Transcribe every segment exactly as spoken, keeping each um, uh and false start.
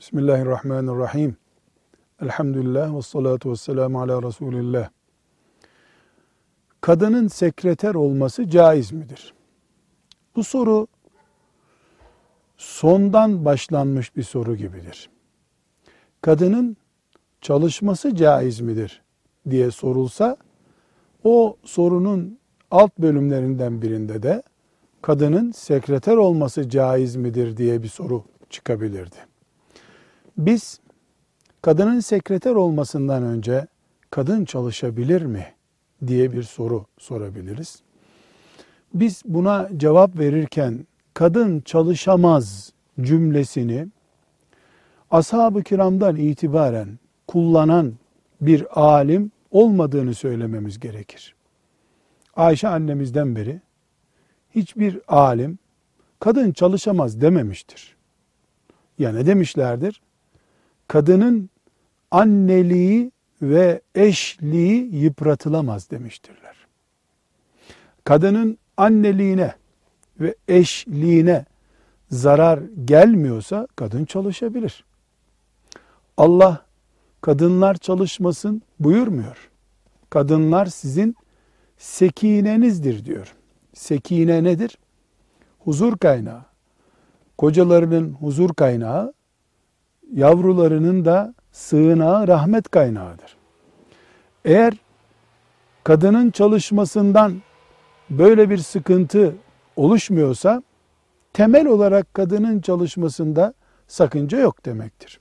Bismillahirrahmanirrahim. Elhamdülillah ve salatu ve selamu ala Resulillah. Kadının sekreter olması caiz midir? Bu soru sondan başlanmış bir soru gibidir. Kadının çalışması caiz midir diye sorulsa, o sorunun alt bölümlerinden birinde de kadının sekreter olması caiz midir diye bir soru çıkabilirdi. Biz kadının sekreter olmasından önce kadın çalışabilir mi diye bir soru sorabiliriz. Biz buna cevap verirken kadın çalışamaz cümlesini ashab-ı kiramdan itibaren kullanan bir alim olmadığını söylememiz gerekir. Ayşe annemizden beri hiçbir alim kadın çalışamaz dememiştir. Ya ne demişlerdir? Kadının anneliği ve eşliği yıpratılamaz demiştirler. Kadının anneliğine ve eşliğine zarar gelmiyorsa kadın çalışabilir. Allah kadınlar çalışmasın buyurmuyor. Kadınlar sizin sekinenizdir diyor. Sekine nedir? Huzur kaynağı. Kocalarının huzur kaynağı, yavrularının da sığınağı, rahmet kaynağıdır. Eğer kadının çalışmasından böyle bir sıkıntı oluşmuyorsa, temel olarak kadının çalışmasında sakınca yok demektir.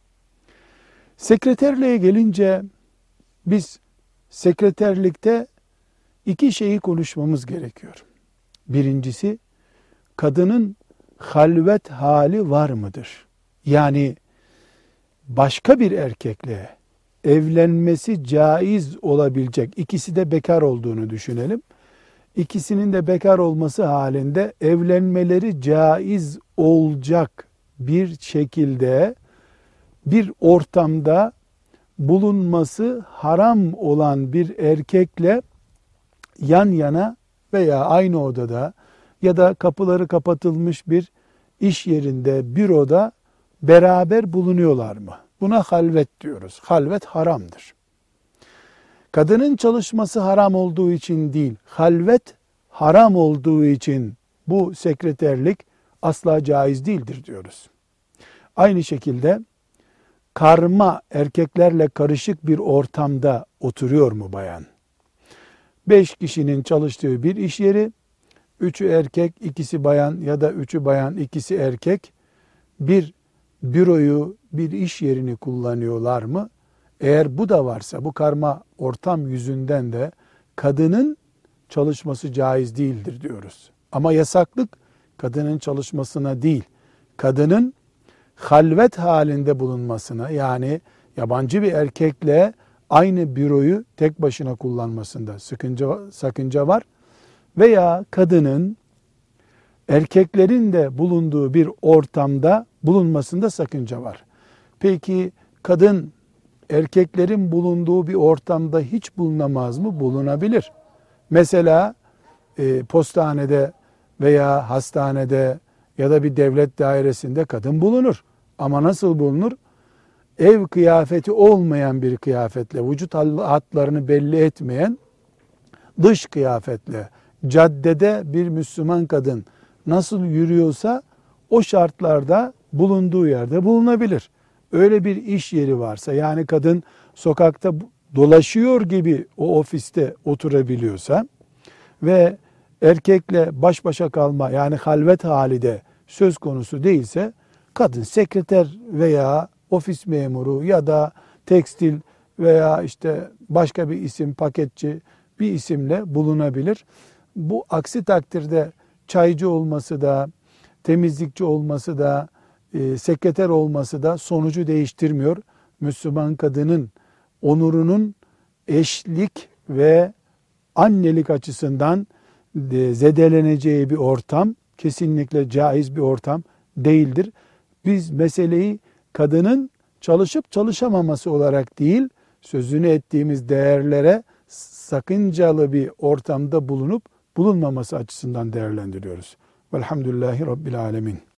Sekreterliğe gelince, biz sekreterlikte iki şeyi konuşmamız gerekiyor. Birincisi, kadının halvet hali var mıdır? Yani başka bir erkekle evlenmesi caiz olabilecek, ikisi de bekar olduğunu düşünelim. İkisinin de bekar olması halinde evlenmeleri caiz olacak bir şekilde bir ortamda bulunması haram olan bir erkekle yan yana veya aynı odada ya da kapıları kapatılmış bir iş yerinde, büroda beraber bulunuyorlar mı? Buna halvet diyoruz. Halvet haramdır. Kadının çalışması haram olduğu için değil, halvet haram olduğu için bu sekreterlik asla caiz değildir diyoruz. Aynı şekilde karma erkeklerle karışık bir ortamda oturuyor mu bayan? Beş kişinin çalıştığı bir iş yeri, üçü erkek, ikisi bayan ya da üçü bayan, ikisi erkek bir büroyu, bir iş yerini kullanıyorlar mı? Eğer bu da varsa, bu karma ortam yüzünden de kadının çalışması caiz değildir diyoruz. Ama yasaklık kadının çalışmasına değil, kadının halvet halinde bulunmasına, yani yabancı bir erkekle aynı büroyu tek başına kullanmasında sakınca, sakınca var. Veya kadının erkeklerin de bulunduğu bir ortamda bulunmasında sakınca var. Peki kadın erkeklerin bulunduğu bir ortamda hiç bulunamaz mı? Bulunabilir. Mesela e, postanede veya hastanede ya da bir devlet dairesinde kadın bulunur. Ama nasıl bulunur? Ev kıyafeti olmayan bir kıyafetle, vücut hatlarını belli etmeyen dış kıyafetle, caddede bir Müslüman kadın nasıl yürüyorsa o şartlarda bulunduğu yerde bulunabilir. Öyle bir iş yeri varsa, yani kadın sokakta dolaşıyor gibi o ofiste oturabiliyorsa ve erkekle baş başa kalma, yani halvet hali de söz konusu değilse, kadın sekreter veya ofis memuru ya da tekstil veya işte başka bir isim, paketçi bir isimle bulunabilir. Bu aksi takdirde çaycı olması da, temizlikçi olması da, e, sekreter olması da sonucu değiştirmiyor. Müslüman kadının onurunun eşlik ve annelik açısından e, zedeleneceği bir ortam kesinlikle caiz bir ortam değildir. Biz meseleyi kadının çalışıp çalışamaması olarak değil, sözünü ettiğimiz değerlere sakıncalı bir ortamda bulunup bulunmaması açısından değerlendiriyoruz. Velhamdülillahi Rabbil Alemin.